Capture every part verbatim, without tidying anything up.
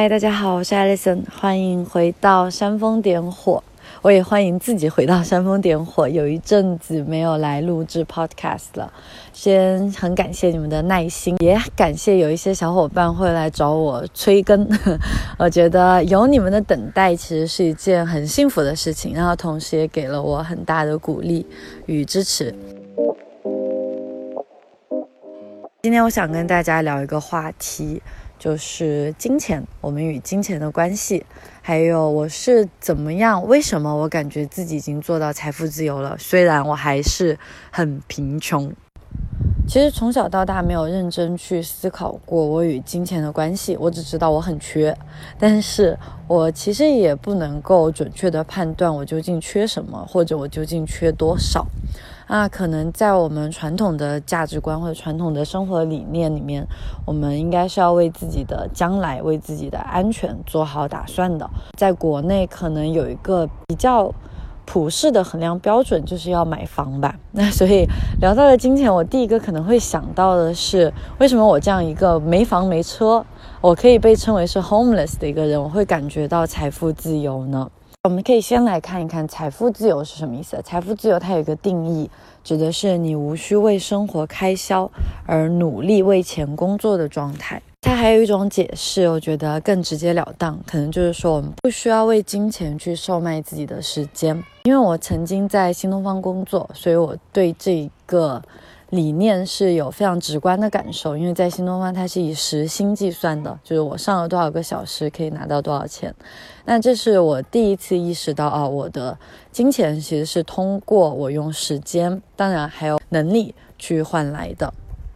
嗨，大家好，我是 Alison， 欢迎回到煽风点火。我也欢迎自己回到煽风点火，有一阵子没有来录制 podcast 了，先很感谢你们的耐心，也感谢有一些小伙伴会来找我催更。我觉得有你们的等待其实是一件很幸福的事情，然后同时也给了我很大的鼓励与支持。今天我想跟大家聊一个话题，就是金钱，我们与金钱的关系，还有我是怎么样，为什么我感觉自己已经做到财富自由了，虽然我还是很贫穷。其实从小到大没有认真去思考过我与金钱的关系，我只知道我很缺，但是我其实也不能够准确的判断我究竟缺什么，或者我究竟缺多少。啊，可能在我们传统的价值观或者传统的生活理念里面，我们应该是要为自己的将来、为自己的安全做好打算的。在国内可能有一个比较普世的衡量标准，就是要买房吧。那所以聊到了金钱，我第一个可能会想到的是，为什么我这样一个没房没车，我可以被称为是 homeless 的一个人，我会感觉到财富自由呢？我们可以先来看一看财富自由是什么意思。财富自由它有一个定义，指的是你无需为生活开销而努力为钱工作的状态。它还有一种解释，我觉得更直截了当，可能就是说我们不需要为金钱去售卖自己的时间。因为我曾经在新东方工作，所以我对这个理念是有非常直观的感受。因为在新东方它是以时薪计算的，就是我上了多少个小时可以拿到多少钱。那这是我第一次意识到啊，我的金钱其实是通过我用时间，当然还有能力去换来的。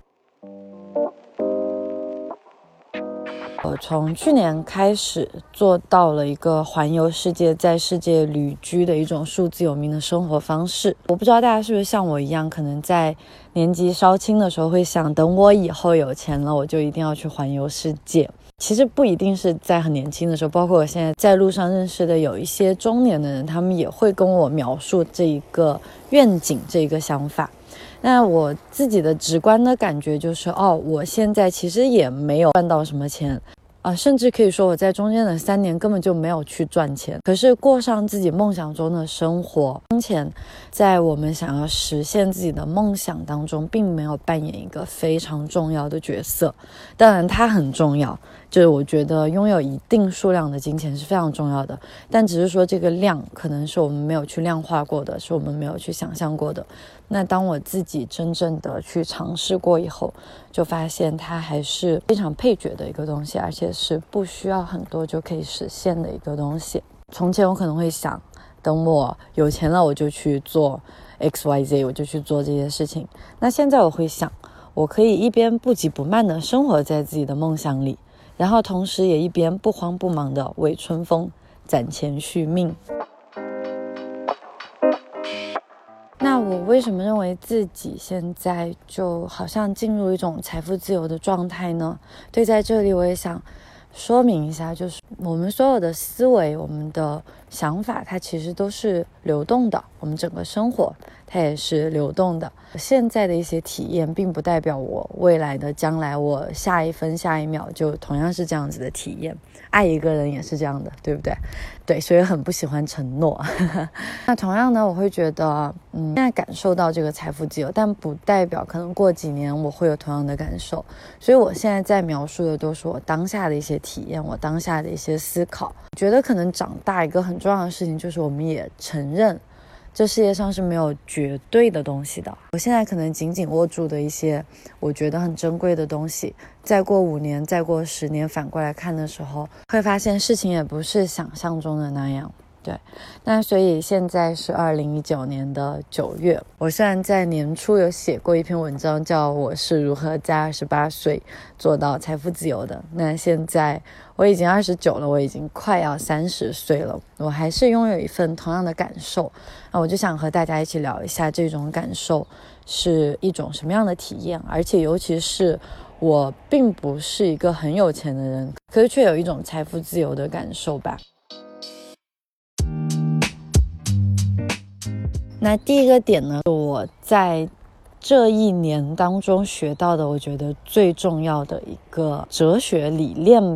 我从去年开始做到了一个环游世界，在世界旅居的一种数字游民的生活方式。我不知道大家是不是像我一样，可能在年纪稍轻的时候会想，等我以后有钱了，我就一定要去环游世界。其实不一定是在很年轻的时候，包括我现在在路上认识的有一些中年的人，他们也会跟我描述这一个愿景，这一个想法。那我自己的直观的感觉就是哦，我现在其实也没有赚到什么钱啊、呃，甚至可以说我在中间的三年根本就没有去赚钱，可是过上自己梦想中的生活。金钱在我们想要实现自己的梦想当中并没有扮演一个非常重要的角色，当然它很重要，就是我觉得拥有一定数量的金钱是非常重要的，但只是说这个量可能是我们没有去量化过的，是我们没有去想象过的。那当我自己真正的去尝试过以后，就发现它还是非常配角的一个东西，而且是不需要很多就可以实现的一个东西。从前我可能会想，等我有钱了我就去做 X Y Z， 我就去做这些事情。那现在我会想，我可以一边不急不慢的生活在自己的梦想里，然后同时也一边不慌不忙的为春风攒钱续命。那我为什么认为自己现在就好像进入一种财富自由的状态呢？对，在这里我也想说明一下，就是我们所有的思维，我们的想法，它其实都是流动的，我们整个生活它也是流动的。现在的一些体验并不代表我未来的将来，我下一分下一秒就同样是这样子的体验。爱一个人也是这样的，对不对？对，所以很不喜欢承诺。那同样呢，我会觉得嗯，现在感受到这个财富自由，但不代表可能过几年我会有同样的感受。所以我现在在描述的都是我当下的一些体验，我当下的一些思考。我觉得可能长大一个很重要的事情就是我们也承认这世界上是没有绝对的东西的。我现在可能紧紧握住的一些我觉得很珍贵的东西，再过五年再过十年反过来看的时候，会发现事情也不是想象中的那样。对，那所以现在是二零一九年的九月，我虽然在年初有写过一篇文章叫我是如何在二十八岁做到财富自由的，那现在我已经二十九了，我已经快要三十岁了，我还是拥有一份同样的感受。那我就想和大家一起聊一下这种感受是一种什么样的体验，而且尤其是我并不是一个很有钱的人，可是却有一种财富自由的感受吧。那第一个点呢，我在这一年当中学到的，我觉得最重要的一个哲学理念吧，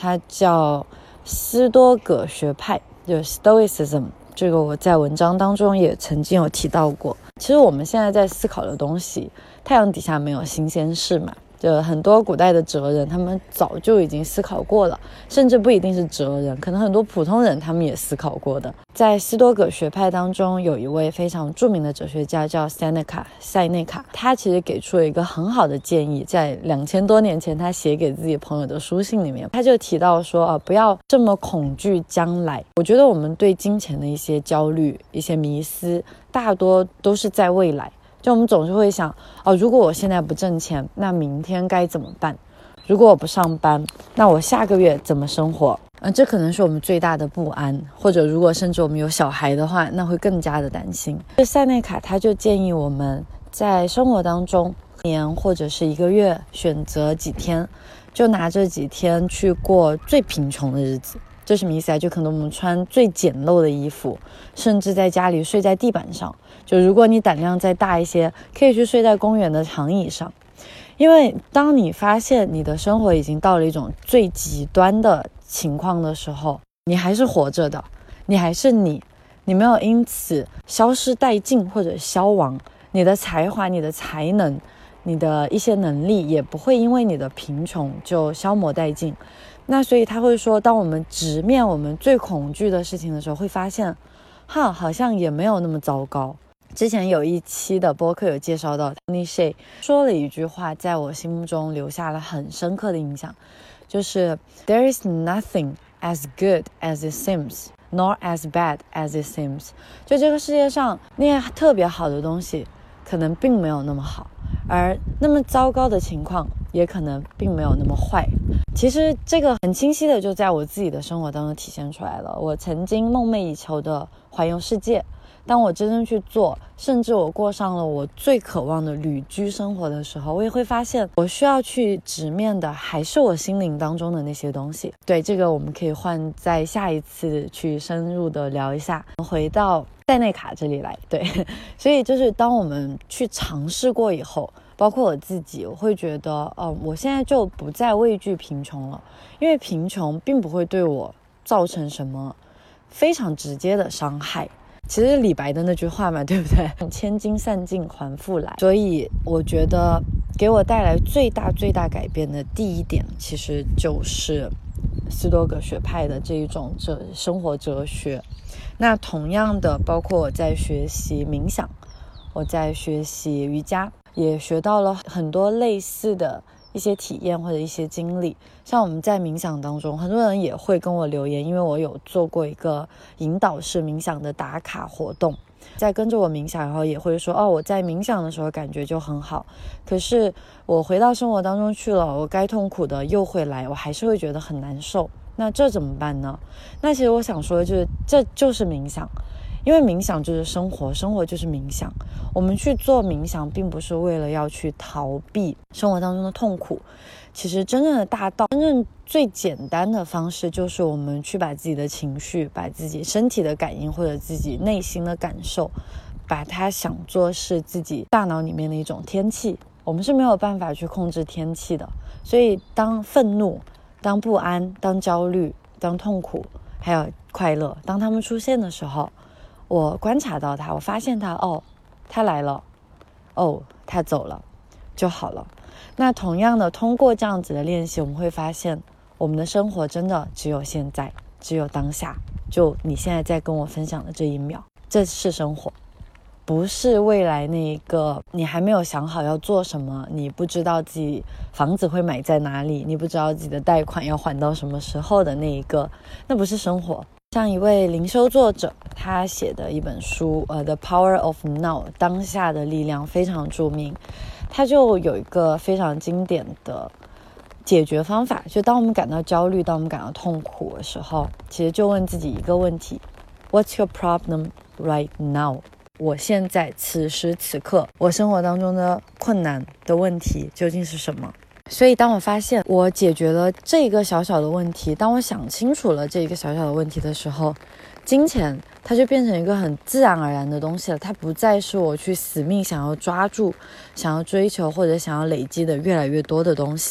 它叫斯多葛学派，就是 Stoicism， 这个我在文章当中也曾经有提到过。其实我们现在在思考的东西，太阳底下没有新鲜事嘛，就很多古代的哲人他们早就已经思考过了，甚至不一定是哲人，可能很多普通人他们也思考过的。在斯多葛学派当中，有一位非常著名的哲学家叫塞内卡，塞内卡，他其实给出了一个很好的建议，在两千多年前他写给自己朋友的书信里面，他就提到说啊，不要这么恐惧将来。我觉得我们对金钱的一些焦虑、一些迷思，大多都是在未来。就我们总是会想，哦，如果我现在不挣钱，那明天该怎么办？如果我不上班，那我下个月怎么生活？呃，这可能是我们最大的不安，或者如果甚至我们有小孩的话，那会更加的担心。这塞内卡他就建议我们在生活当中，一年或者是一个月，选择几天，就拿这几天去过最贫穷的日子。这什么意思啊？就可能我们穿最简陋的衣服，甚至在家里睡在地板上。就如果你胆量再大一些，可以去睡在公园的长椅上。因为当你发现你的生活已经到了一种最极端的情况的时候，你还是活着的，你还是你，你没有因此消失殆尽或者消亡，你的才华、你的才能、你的一些能力也不会因为你的贫穷就消磨殆尽。那所以他会说，当我们直面我们最恐惧的事情的时候，会发现哈，好像也没有那么糟糕。之前有一期的播客有介绍到 Tony Hsieh 说了一句话，在我心目中留下了很深刻的印象，就是 There is nothing as good as it seems, nor as bad as it seems。 就这个世界上那些特别好的东西可能并没有那么好，而那么糟糕的情况也可能并没有那么坏。其实这个很清晰的就在我自己的生活当中体现出来了。我曾经梦寐以求的环游世界，当我真正去做，甚至我过上了我最渴望的旅居生活的时候，我也会发现我需要去直面的还是我心灵当中的那些东西。对，这个我们可以换在下一次去深入的聊一下。回到塞内卡这里来，对，所以就是当我们去尝试过以后，包括我自己，我会觉得呃，我现在就不再畏惧贫穷了，因为贫穷并不会对我造成什么非常直接的伤害。其实李白的那句话嘛，对不对？千金散尽还复来。所以我觉得给我带来最大最大改变的第一点，其实就是斯多葛学派的这一种哲生活哲学。那同样的，包括我在学习冥想，我在学习瑜伽，也学到了很多类似的一些体验或者一些经历。像我们在冥想当中，很多人也会跟我留言，因为我有做过一个引导式冥想的打卡活动，在跟着我冥想，然后也会说哦，我在冥想的时候感觉就很好，可是我回到生活当中去了，我该痛苦的又会来，我还是会觉得很难受。那这怎么办呢？那其实我想说的就是，这就是冥想。因为冥想就是生活，生活就是冥想。我们去做冥想并不是为了要去逃避生活当中的痛苦，其实真正的大道，真正最简单的方式就是我们去把自己的情绪，把自己身体的感应或者自己内心的感受，把它想作是自己大脑里面的一种天气。我们是没有办法去控制天气的，所以当愤怒、当不安、当焦虑、当痛苦还有快乐，当它们出现的时候，我观察到它，我发现它，哦，它来了，哦，它走了，就好了。那同样的，通过这样子的练习，我们会发现我们的生活真的只有现在，只有当下，就你现在在跟我分享的这一秒，这是生活，不是未来那一个你还没有想好要做什么，你不知道自己房子会买在哪里，你不知道自己的贷款要还到什么时候的那一个，那不是生活。像一位灵修作者，他写的一本书呃 The Power of Now 当下的力量非常著名，他就有一个非常经典的解决方法，就当我们感到焦虑，当我们感到痛苦的时候，其实就问自己一个问题， What's your problem right now？ 我现在此时此刻我生活当中的困难的问题究竟是什么？所以当我发现我解决了这个小小的问题，当我想清楚了这个小小的问题的时候，金钱它就变成一个很自然而然的东西了，它不再是我去死命想要抓住、想要追求或者想要累积的越来越多的东西，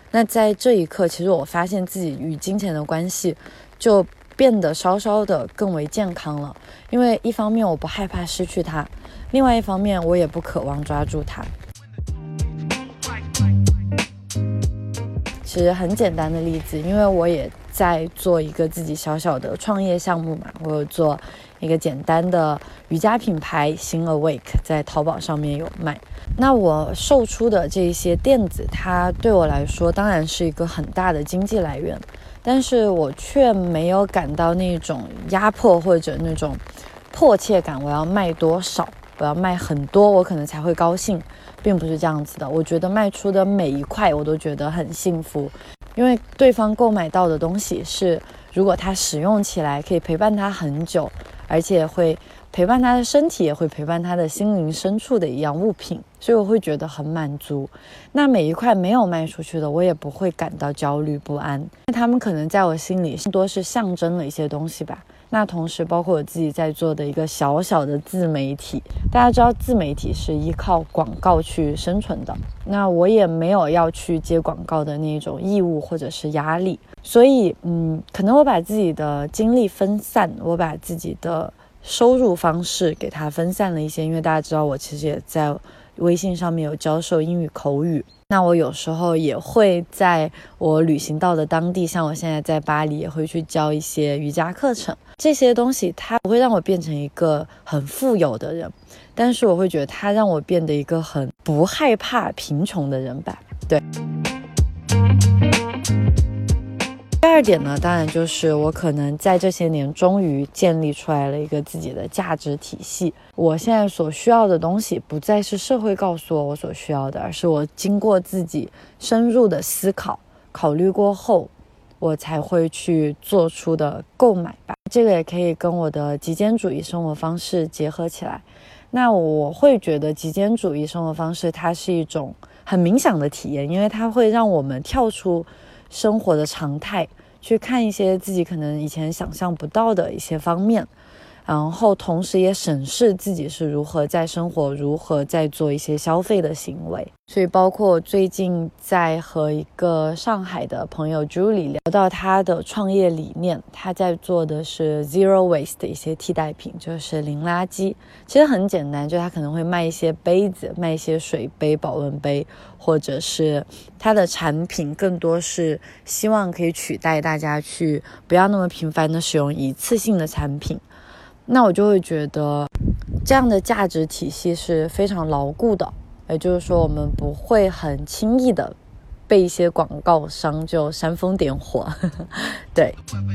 那在这一刻，其实我发现自己与金钱的关系就变得稍稍的更为健康了，因为一方面我不害怕失去它，另外一方面我也不渴望抓住它。其实很简单的例子，因为我也在做一个自己小小的创业项目嘛，我有做一个简单的瑜伽品牌新 Awake， 在淘宝上面有卖。那我售出的这些垫子，它对我来说当然是一个很大的经济来源，但是我却没有感到那种压迫或者那种迫切感，我要卖多少，我要卖很多我可能才会高兴，并不是这样子的。我觉得卖出的每一块我都觉得很幸福，因为对方购买到的东西是如果他使用起来可以陪伴他很久，而且会陪伴他的身体，也会陪伴他的心灵深处的一样物品，所以我会觉得很满足。那每一块没有卖出去的，我也不会感到焦虑不安，他们可能在我心里更多是象征了一些东西吧。那同时包括我自己在做的一个小小的自媒体，大家知道自媒体是依靠广告去生存的，那我也没有要去接广告的那种义务或者是压力，所以嗯，可能我把自己的精力分散，我把自己的收入方式给它分散了一些，因为大家知道我其实也在微信上面有教授英语口语，那我有时候也会在我旅行到的当地，像我现在在巴黎也会去教一些瑜伽课程，这些东西它不会让我变成一个很富有的人，但是我会觉得它让我变得一个很不害怕贫穷的人吧。对。第二点呢，当然就是我可能在这些年终于建立出来了一个自己的价值体系。我现在所需要的东西不再是社会告诉我我所需要的，而是我经过自己深入的思考考虑过后，我才会去做出的购买吧。这个也可以跟我的极简主义生活方式结合起来。那我会觉得极简主义生活方式它是一种很冥想的体验，因为它会让我们跳出生活的常态，去看一些自己可能以前想象不到的一些方面，然后同时也审视自己是如何在生活，如何在做一些消费的行为。所以包括最近在和一个上海的朋友 Julie 聊到他的创业理念，他在做的是 Zero Waste 的一些替代品，就是零垃圾。其实很简单，就他可能会卖一些杯子，卖一些水杯、保温杯，或者是他的产品更多是希望可以取代大家去不要那么频繁的使用一次性的产品。那我就会觉得这样的价值体系是非常牢固的，也就是说我们不会很轻易的被一些广告商就煽风点火对。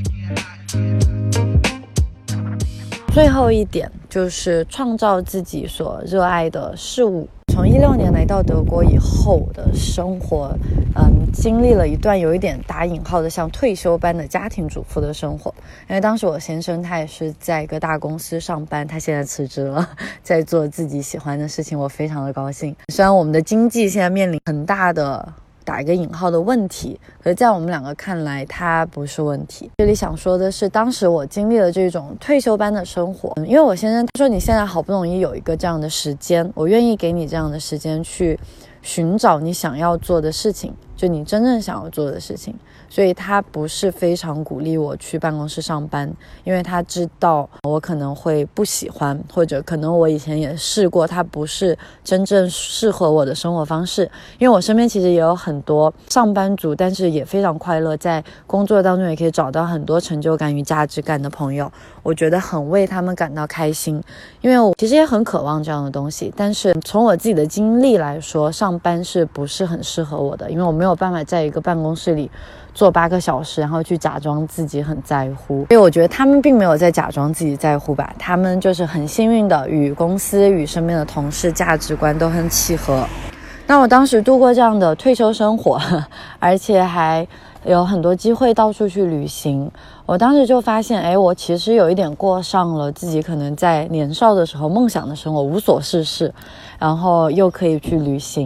最后一点就是创造自己所热爱的事物。从一六年来到德国以后的生活，嗯，经历了一段有一点打引号的像退休般的家庭主妇的生活。因为当时我先生他也是在一个大公司上班，他现在辞职了，在做自己喜欢的事情，我非常的高兴。虽然我们的经济现在面临很大的打一个引号的问题，可是在我们两个看来它不是问题。这里想说的是，当时我经历了这种退休般的生活，因为我先生他说你现在好不容易有一个这样的时间，我愿意给你这样的时间去寻找你想要做的事情，就你真正想要做的事情。所以他不是非常鼓励我去办公室上班，因为他知道我可能会不喜欢，或者可能我以前也试过，他不是真正适合我的生活方式。因为我身边其实也有很多上班族，但是也非常快乐，在工作当中也可以找到很多成就感与价值感的朋友，我觉得很为他们感到开心。因为我其实也很渴望这样的东西，但是从我自己的经历来说，上班是不是很适合我的，因为我没有办法在一个办公室里做八个小时，然后去假装自己很在乎。所以我觉得他们并没有在假装自己在乎吧，他们就是很幸运的与公司与身边的同事价值观都很契合。那我当时度过这样的退休生活，而且还有很多机会到处去旅行，我当时就发现，哎，我其实有一点过上了自己可能在年少的时候梦想的生活，无所事事，然后又可以去旅行，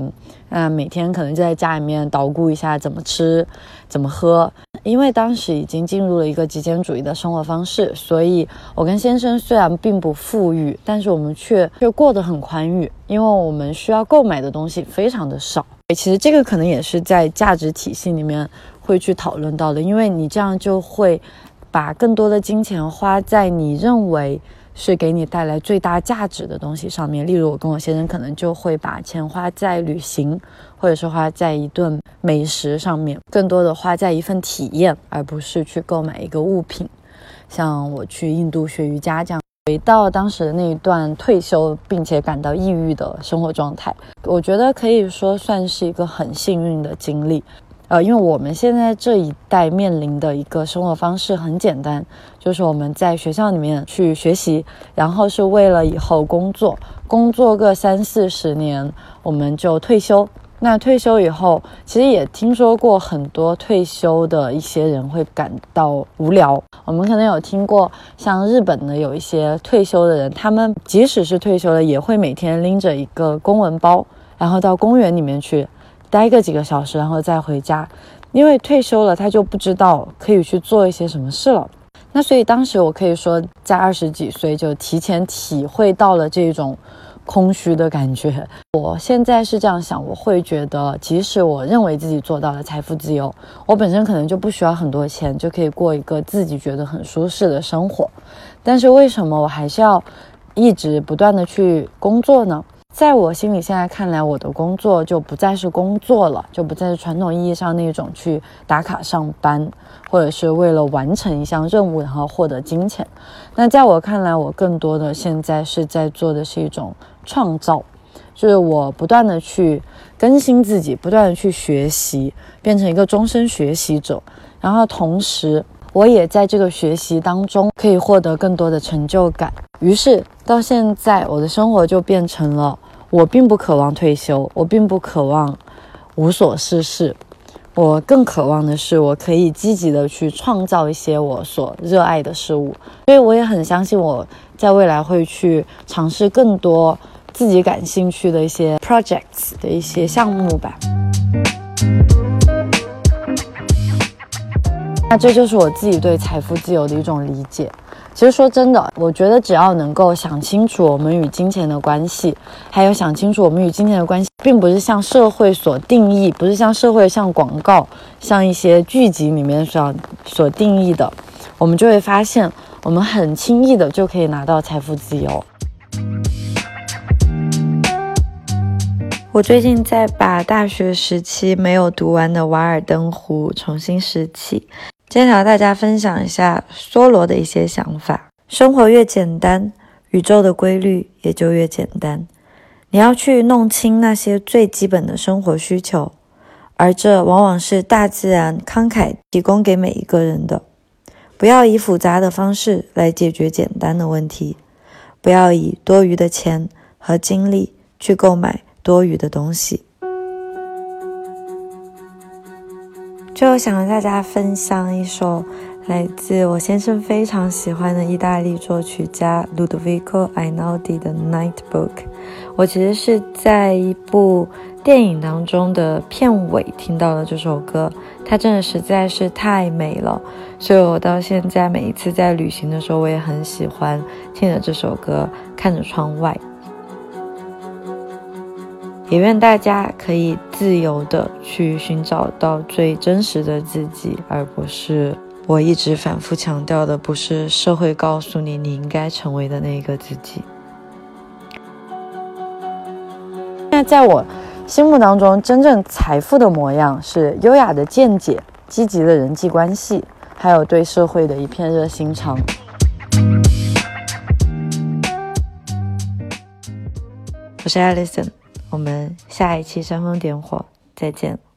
那每天可能就在家里面捣鼓一下怎么吃怎么喝。因为当时已经进入了一个极简主义的生活方式，所以我跟先生虽然并不富裕，但是我们却却过得很宽裕，因为我们需要购买的东西非常的少。其实这个可能也是在价值体系里面会去讨论到的，因为你这样就会把更多的金钱花在你认为是给你带来最大价值的东西上面。例如我跟我先生可能就会把钱花在旅行，或者是花在一顿美食上面，更多的花在一份体验，而不是去购买一个物品。像我去印度学瑜伽这样，回到当时的那一段退休并且感到抑郁的生活状态，我觉得可以说算是一个很幸运的经历。呃，因为我们现在这一代面临的一个生活方式很简单，就是我们在学校里面去学习，然后是为了以后工作，工作个三四十年，我们就退休。那退休以后，其实也听说过很多退休的一些人会感到无聊。我们可能有听过，像日本的有一些退休的人，他们即使是退休了，也会每天拎着一个公文包，然后到公园里面去待个几个小时，然后再回家。因为退休了，他就不知道可以去做一些什么事了。那所以当时我可以说在二十几岁就提前体会到了这种空虚的感觉。我现在是这样想，我会觉得即使我认为自己做到了财富自由，我本身可能就不需要很多钱，就可以过一个自己觉得很舒适的生活。但是为什么我还是要一直不断的去工作呢？在我心里现在看来，我的工作就不再是工作了，就不再是传统意义上那种去打卡上班，或者是为了完成一项任务然后获得金钱。那在我看来，我更多的现在是在做的是一种创造，就是我不断的去更新自己，不断的去学习，变成一个终身学习者。然后同时我也在这个学习当中可以获得更多的成就感。于是到现在我的生活就变成了，我并不渴望退休，我并不渴望无所事事，我更渴望的是我可以积极的去创造一些我所热爱的事物。所以我也很相信我在未来会去尝试更多自己感兴趣的一些 projects 的一些项目吧。那这就是我自己对财富自由的一种理解。其实说真的，我觉得只要能够想清楚我们与金钱的关系，还有想清楚我们与金钱的关系并不是像社会所定义，不是像社会像广告像一些剧集里面所所定义的，我们就会发现我们很轻易的就可以拿到财富自由。我最近在把大学时期没有读完的《瓦尔登湖》重新拾起，今天想和大家分享一下梭罗的一些想法。生活越简单，宇宙的规律也就越简单。你要去弄清那些最基本的生活需求，而这往往是大自然慷慨提供给每一个人的。不要以复杂的方式来解决简单的问题，不要以多余的钱和精力去购买多余的东西。最后想和大家分享一首来自我先生非常喜欢的意大利作曲家 Ludovico Einaudi 的 Night Book。 我其实是在一部电影当中的片尾听到了这首歌，它真的实在是太美了，所以我到现在每一次在旅行的时候，我也很喜欢听着这首歌，看着窗外。也愿大家可以自由的去寻找到最真实的自己，而不是我一直反复强调的，不是社会告诉你你应该成为的那个自己。那在我心目当中，真正财富的模样是优雅的见解、积极的人际关系，还有对社会的一片热心肠。我是 Alison，我们下一期煽风点火再见。